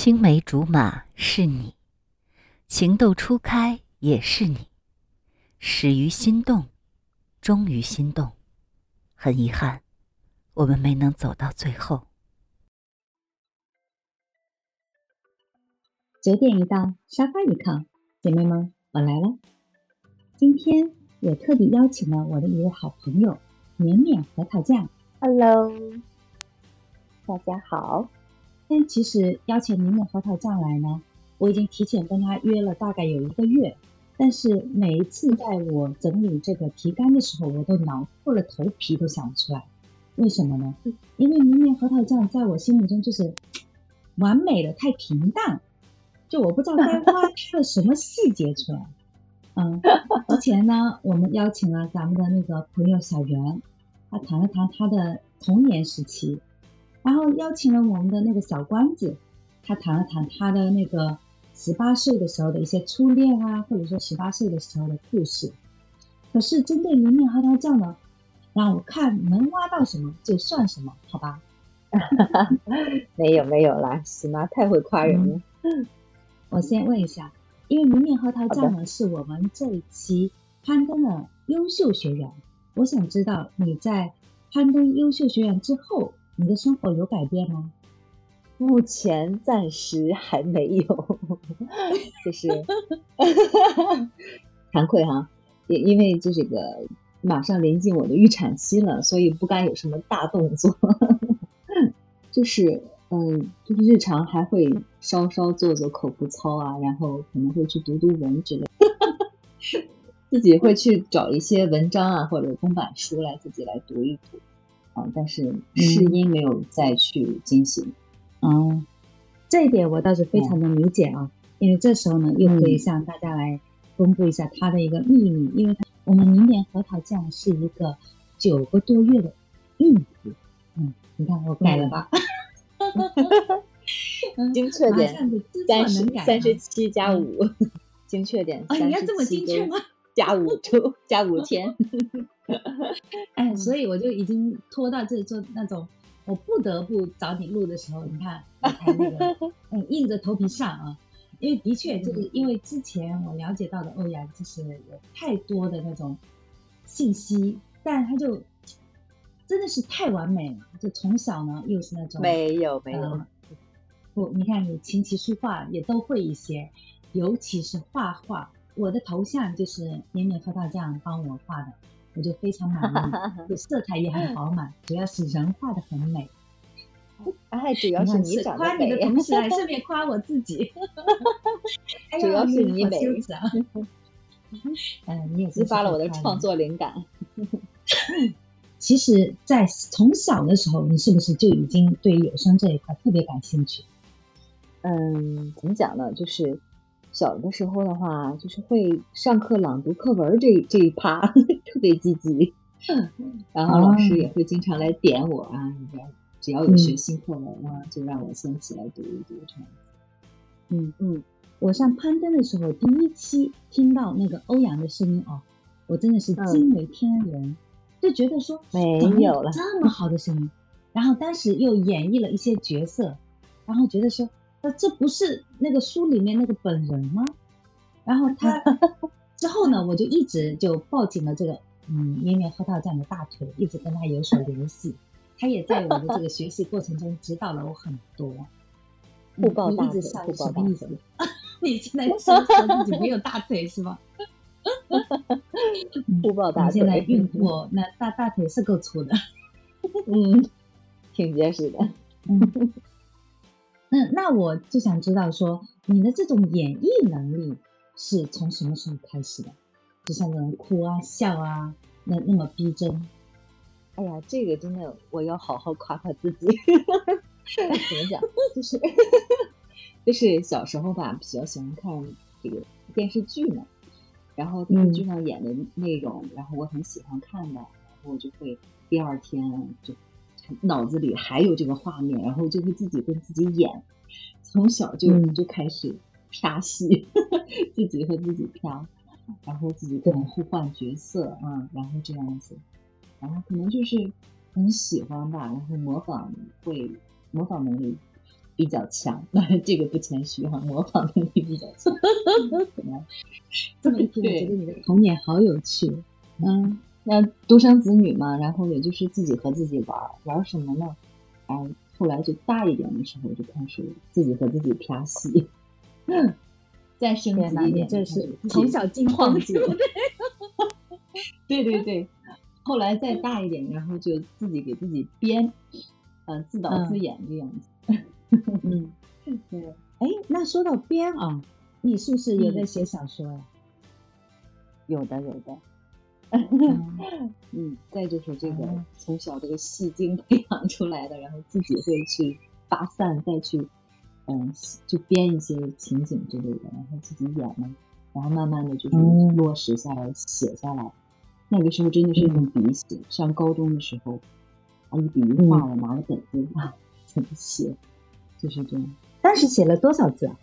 青梅竹马是你，情窦初开也是你，始于心动，终于心动。很遗憾，我们没能走到最后。 9点一到，沙发一靠，姐妹们，我来了。今天我特地邀请了我的一位好朋友绵绵核桃酱。 Hello， 大家好。 但其实邀请绵绵核桃酱来呢，我已经提前跟他约了大概有1个月，但是每一次在我整理这个提纲的时候，我都挠破了头皮都想不出来。为什么呢？因为绵绵核桃酱在我心目中就是完美的太平淡，就我不知道该挖出了什么细节出来。之前呢，我们邀请了咱们的那个朋友小袁，他谈了谈他的童年时期，然后邀请了我们的那个小关子，他谈了谈他的那个18岁的时候的一些初恋啊，或者说18岁的时候的故事。可是针对绵绵核桃酱呢，让我看能挖到什么就算什么，好吧？ 没有啦，喜妈太会夸人了。 我先问一下，因为绵绵核桃酱呢是我们这一期攀登的优秀学员，我想知道你在攀登优秀学员之后，你的生活有改变吗？ 目前暂时还没有，就是惭愧哈，因为这个马上临近我的预产期了，所以不敢有什么大动作，就是日常还会稍稍做做口部操啊，然后可能会去读读文之类的，自己会去找一些文章啊或者公版书来自己来读一读啊，但是试音没有再去进行。 这一点我倒是非常的理解啊，因为这时候呢又可以向大家来公布一下他的一个秘密，因为我们绵绵核桃酱是一个9个多月的孕妇。你看我改了吧？ 精确点37加5，精确点你要这么精确吗？ 加5周加5天。 所以我就已经拖到这做那种我不得不找你录的时候，你看我才那个硬着头皮上啊，因为的确就是因为之前我了解到的欧阳就是有太多的那种信息，但他就真的是太完美了，就从小呢又是那种没有不，你看你琴棋书画也都会一些，尤其是画画，我的头像就是绵绵核桃酱帮我画的，我就非常满意，就色彩也很饱满，主要是人画的很美。 主要是你长得美， 夸你的同时还顺便夸我自己。 主要是你美， 你也激发了我的创作灵感。 其实在从小的时候，你是不是就已经对有声这一块特别感兴趣？ 怎么讲呢，就是小的时候的话，就是会上课朗读课文这一趴特别积极，然后老师也会经常来点我啊，只要有学新课文啊，就让我先起来读一读这样。 我上攀登的时候，第1期听到那个欧阳的声音我真的是惊为天人，就觉得说没有了这么好的声音，然后当时又演绎了一些角色，然后觉得说这不是那个书里面那个本人吗？然后他之后呢，我就一直就抱紧了这个绵绵核桃酱的大腿，一直跟他有所联系。他也在我的这个学习过程中指导了我很多。 互抱大腿， 什么意思？你现在说自己没有大腿是吗？ 互抱大腿。 现在孕妇那大腿是够粗的。 挺结实的。 那我就想知道说，你的这种演绎能力是从什么时候开始的？就像那种哭啊、笑啊，那么逼真。 哎呀，这个真的我要好好夸夸自己。怎么讲？就是小时候吧，比较喜欢看这个电视剧嘛，然后电视剧上演的内容，然后我很喜欢看的，然后我就会第2天就脑子里还有这个画面，然后就会自己跟自己演，从小就开始啪戏，自己和自己啪，然后自己跟人互换角色啊，然后这样子，然后可能就是很喜欢吧，然后模仿能力比较强，这个不谦虚哈，模仿能力比较强。 这么一听，我觉得你的童年好有趣。 那独生子女嘛，然后也就是自己和自己玩什么呢？后来就大一点的时候就开始自己和自己啪戏，再升级一点， 这是从小进创作。 对，后来再大一点，然后就自己给自己编，自导自演这样子。 对。那说到编啊，你是不是有在写小说呀？ 有的。再就是这个从小这个戏精培养出来的，然后自己会去发散，再去就编一些情景之类的，然后自己演嘛，然后慢慢的就是落实下来，写下来。那个时候真的是用笔写，上高中的时候，一笔一画的拿着本子怎么写，就是这样。 当时写了多少字啊？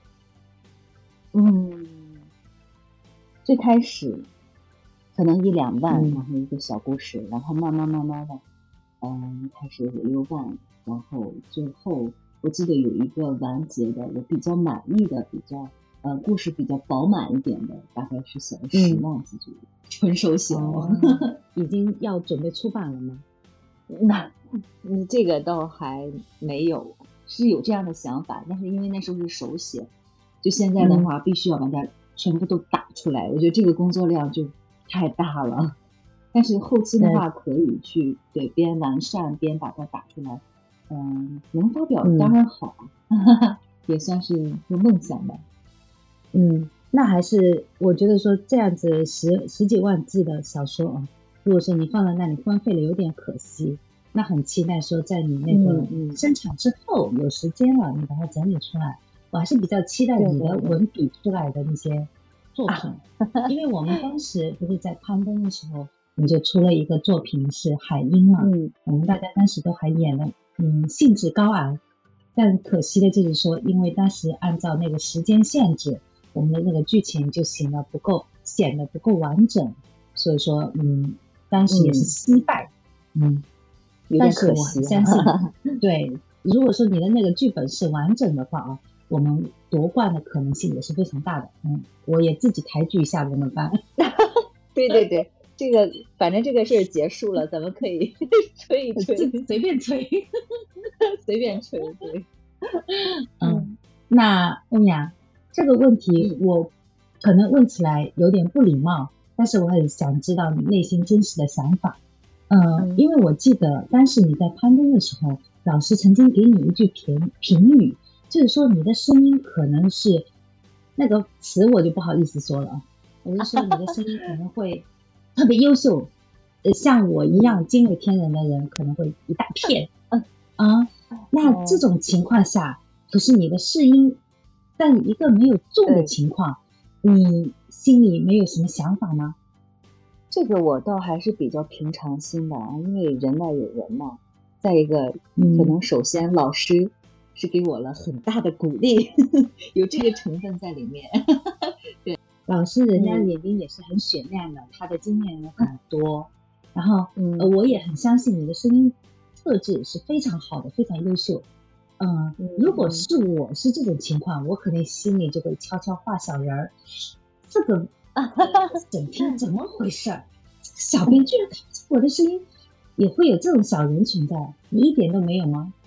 最开始可能1-2万，然后一个小故事，然后慢慢的，开始5-6万，然后最后我记得有一个完结的，我比较满意的，比较故事比较饱满一点的，大概是写了10万字左右，纯手写。 已经要准备出版了吗？ 那这个倒还没有，是有这样的想法，但是因为那时候是手写，就现在的话必须要把它全部都打出来，我觉得这个工作量就太大了。但是后期的话可以去边完善边把它打出来，能发表当然好，也算是一个梦想吧。 那还是我觉得说这样子十几万字的小说啊，如果说你放在那里荒废了有点可惜，那很期待说在你那个生产之后有时间了，你把它整理出来。我还是比较期待你的文笔出来的那些作品，因为我们当时不是在攀登的时候，你就出了一个作品是海鹰嘛，我们大家当时都还演了，兴致高昂，但可惜的就是说，因为当时按照那个时间限制，我们的那个剧情就显得不够完整，所以说当时也是失败，但是我很相信，对，如果说你的那个剧本是完整的话啊，我们夺冠的可能性也是非常大的。我也自己抬举一下我们班。 对，这个反正这个事儿结束了，咱们可以吹一吹， 随便吹， 随便吹。对， 那欧阳，这个问题我可能问起来有点不礼貌，但是我很想知道你内心真实的想法。因为我记得当时你在攀登的时候，老师曾经给你一句评语，就是说你的声音可能是那个词我就不好意思说了，我就说你的声音可能会特别优秀，像我一样惊为天人的人可能会一大片。那这种情况下，可是你的试音在一个没有中的情况，你心里没有什么想法吗？ 这个我倒还是比较平常心的，因为人外有人嘛。再一个，可能首先老师是给我了很大的鼓励，有这个成分在里面。对， 老师人家眼睛也是很雪亮的，他的经验也很多。然后我也很相信你的声音特质是非常好的，非常优秀。如果是我是这种情况，我可能心里就会悄悄画小人儿。这个整天怎么回事？小编居然看不出我的声音，也会有这种小人存在，你一点都没有吗？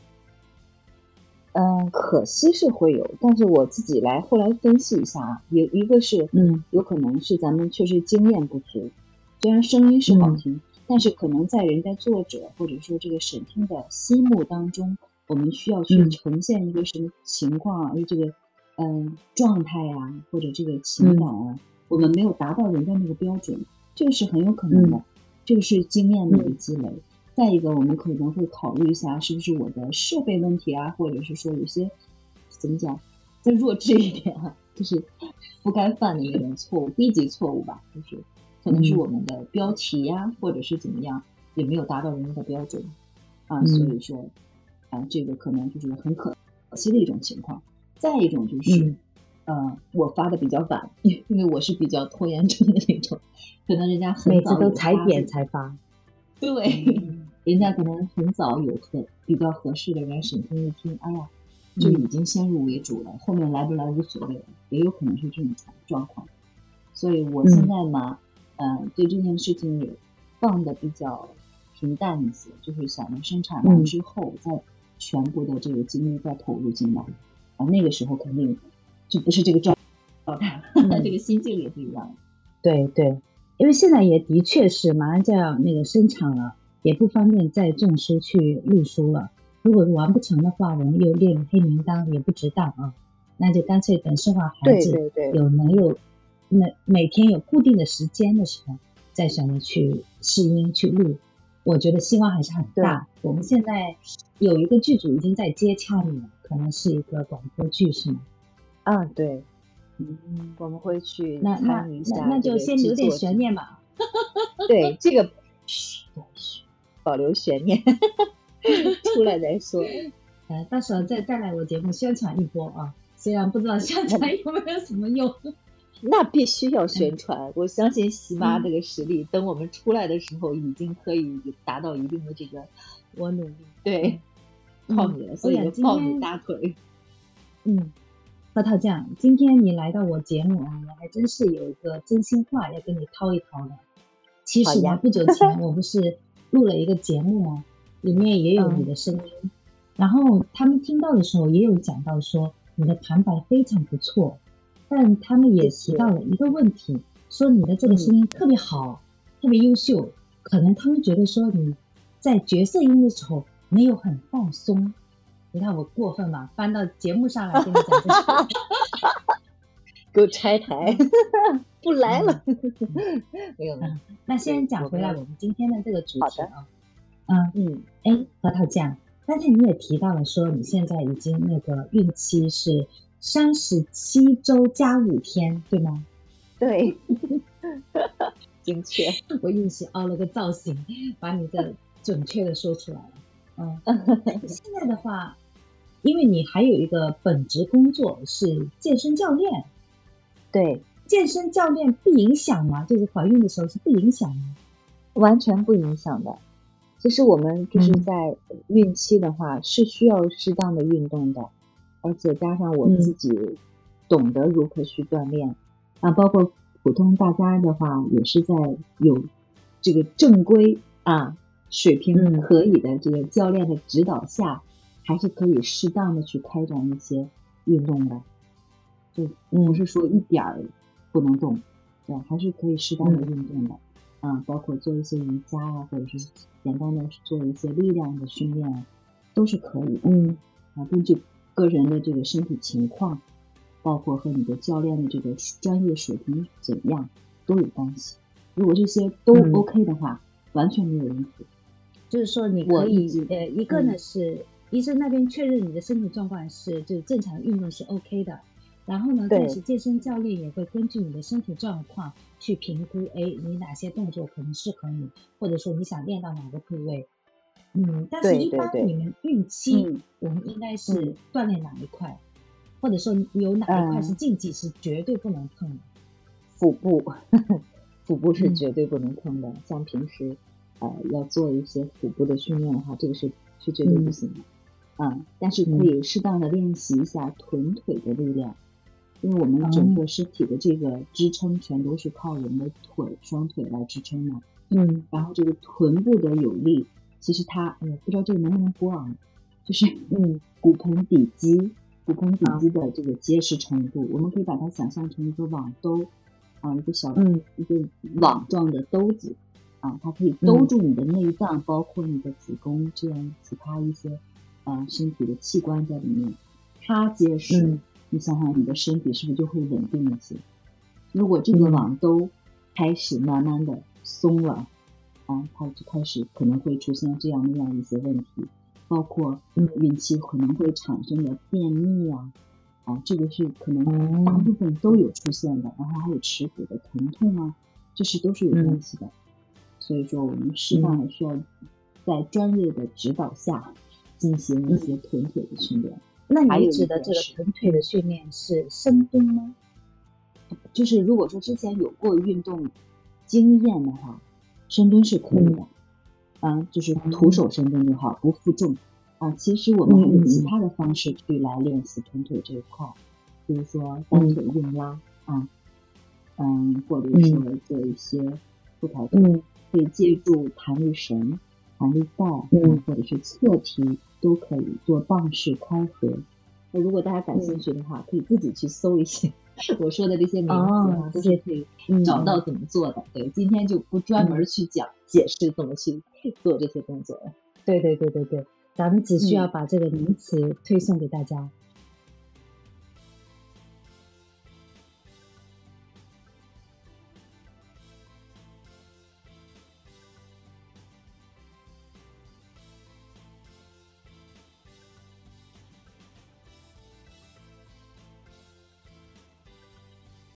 可惜是会有，但是我自己后来分析一下啊，一个是有可能是咱们确实经验不足，虽然声音是好听，但是可能在人家作者或者说这个审听的心目当中，我们需要去呈现一个什么情况啊，这个状态啊，或者这个情感啊，我们没有达到人家那个标准，这个是很有可能的，这个是经验的一个积累。再一个，我们可能会考虑一下，是不是我的设备问题啊，或者是说有些怎么讲，再弱智一点啊，就是不该犯的那种错误，低级错误吧，就是可能是我们的标题呀，或者是怎么样，也没有达到人家的标准啊，所以说这个可能就是很可惜的一种情况。再一种就是，我发的比较晚，因为我是比较拖延症的那种，可能人家很早每次都踩点才发， 对。人家可能很早有比较合适的人审听一听，哎呀， 就已经先入为主了，后面来不来无所谓了，也有可能是这种状况。所以我现在嘛，对这件事情也放的比较平淡一些，就是想着生产完之后再全部的这个精力再投入进来，那个时候肯定就不是这个状态，这个心境也不一样了。 对对，因为现在也的确是马上就要那个生产了，也不方便再种书去录书了。如果完不成的话，我们又列入黑名单，也不值当啊。那就干脆等生完孩子，每天有固定的时间的时候，再选择去试音去录。我觉得希望还是很大。我们现在有一个剧组已经在接洽里了，可能是一个广播剧，是吗？ 对，我们会去参与一下， 那就先留点悬念吧。 对，这个保留悬念，出来再说。 到时候再来我节目宣传一波啊！虽然不知道宣传有没有什么用。 那必须要宣传，我相信喜妈这个实力，等我们出来的时候，已经可以达到一定的这个。 我努力。 对，靠你了，所以就抱你大腿。 核桃酱，今天你来到我节目啊，我还真是有一个真心话要跟你掏一掏的。其实呢，不久前我不是录了一个节目吗？里面也有你的声音，然后他们听到的时候也有讲到说你的旁白非常不错，但他们也提到了一个问题，说你的这个声音特别好，特别优秀，可能他们觉得说你在角色音的时候没有很放松。你看我过分吧，搬到节目上来跟你讲这些。 给我拆台。不来了。没有。 那先讲回来我们今天的这个主题啊。核桃酱，刚才你也提到了说你现在已经那个孕期是37周加5天，对吗？ 对。精确。 我硬是凹了个造型，把你的准确的说出来了。现在的话，因为你还有一个本职工作是健身教练。 对。 健身教练不影响吗？就是怀孕的时候是不影响吗？ 完全不影响的。其实我们就是在孕期的话，是需要适当的运动的，而且加上我自己懂得如何去锻炼，包括普通大家的话，也是在有这个正规水平可以的这个教练的指导下，还是可以适当的去开展一些运动的，就不是说一点儿不能动，对，还是可以适当的运动的。包括做一些瑜伽或者是简单的做一些力量的训练都是可以的。根据个人的这个身体情况，包括和你的教练的这个专业水平怎样都有关系。如果这些都 OK 的话，完全没有问题。 就是说你可以一个呢是医生那边确认你的身体状况是就是正常运动是 OK 的，然后呢但是健身教练也会根据你的身体状况去评估你哪些动作可能适合你，或者说你想练到哪个部位。但是一般你们孕期我们应该是锻炼哪一块，或者说有哪一块是禁忌是绝对不能碰的？ 腹部。腹部是绝对不能碰的，像平时要做一些腹部的训练的话，这个是绝对不行的。但是可以适当的练习一下臀腿的力量，因为我们整个身体的这个支撑全都是靠我们的双腿来支撑嘛。然后这个臀部的有力，其实它不知道这个能不能播就是骨盆底肌的这个结实程度，我们可以把它想象成一个网兜一个小一个网状的兜子它可以兜住你的内脏，包括你的子宫这样其他一些身体的器官在里面，它结实，你想想你的身体是不是就会稳定一些？如果这个网兜开始慢慢的松了它就开始可能会出现这样那样一些问题，包括孕期可能会产生的便秘这个是可能大部分都有出现的，然后还有耻骨的疼痛这是都是有关系的。所以说我们适当的需要在专业的指导下进行一些臀腿的训练。 那你指的这个臀腿的训练是深蹲吗？ 就是如果说之前有过运动经验的话，深蹲是可以的就是徒手深蹲就好，不负重其实我们还有其他的方式去来练习臀腿这一块，比如说单腿硬拉或者说做一些后抬腿，可以借助弹力绳、弹力带，或者是侧踢都可以做棒式开合。那如果大家感兴趣的话，可以自己去搜一些我说的这些名词都是可以找到怎么做的。对，今天就不专门去解释怎么去做这些动作了。 对，咱们只需要把这个名词推送给大家，